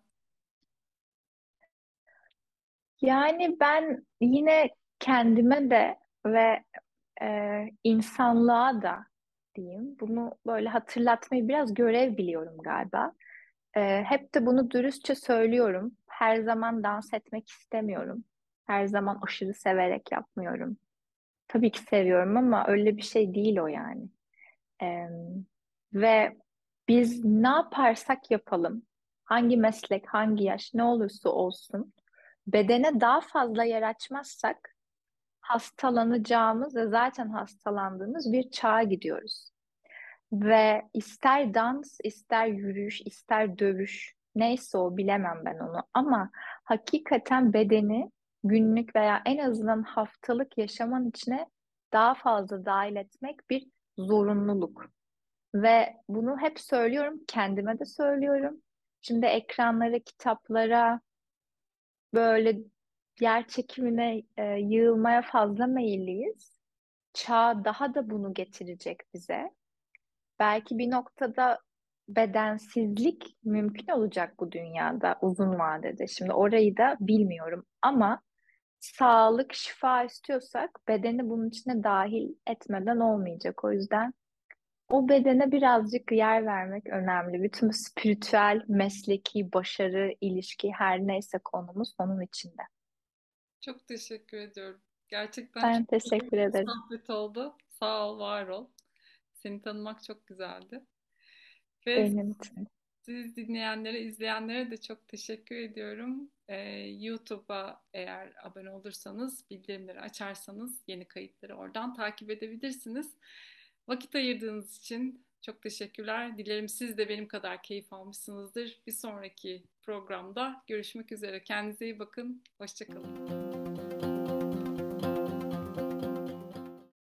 Yani ben yine kendime de ve e, insanlığa da diyeyim, bunu böyle hatırlatmayı biraz görev biliyorum galiba. E, hep de bunu dürüstçe söylüyorum. Her zaman dans etmek istemiyorum. Her zaman aşırı severek yapmıyorum. Tabii ki seviyorum ama öyle bir şey değil o yani. E, ve biz ne yaparsak yapalım, hangi meslek, hangi yaş, ne olursa olsun, bedene daha fazla yer açmazsak hastalanacağımız ve zaten hastalandığımız bir çağa gidiyoruz. Ve ister dans, ister yürüyüş, ister dövüş, neyse o, bilemem ben onu. Ama hakikaten bedeni günlük veya en azından haftalık yaşamın içine daha fazla dahil etmek bir zorunluluk. Ve bunu hep söylüyorum, kendime de söylüyorum. Şimdi ekranlara, kitaplara, böyle yer çekimine e, yığılmaya fazla meyilliyiz. Çağ daha da bunu getirecek bize. Belki bir noktada bedensizlik mümkün olacak bu dünyada uzun vadede. Şimdi orayı da bilmiyorum ama sağlık, şifa istiyorsak bedeni bunun içine dahil etmeden olmayacak. O yüzden o bedene birazcık yer vermek önemli. Bütün spiritüel, mesleki, başarı, ilişki her neyse konumuz onun içinde. Çok teşekkür ediyorum. Gerçekten Ben çok teşekkür keyifli bir ederim. sohbet oldu. Sağ ol, var ol. Seni tanımak çok güzeldi. Ve Benim için. siz dinleyenlere, izleyenlere de çok teşekkür ediyorum. Ee, YouTube'a eğer abone olursanız, bildirimleri açarsanız yeni kayıtları oradan takip edebilirsiniz. Vakit ayırdığınız için çok teşekkürler. Dilerim siz de benim kadar keyif almışsınızdır. Bir sonraki programda görüşmek üzere. Kendinize iyi bakın. Hoşça kalın.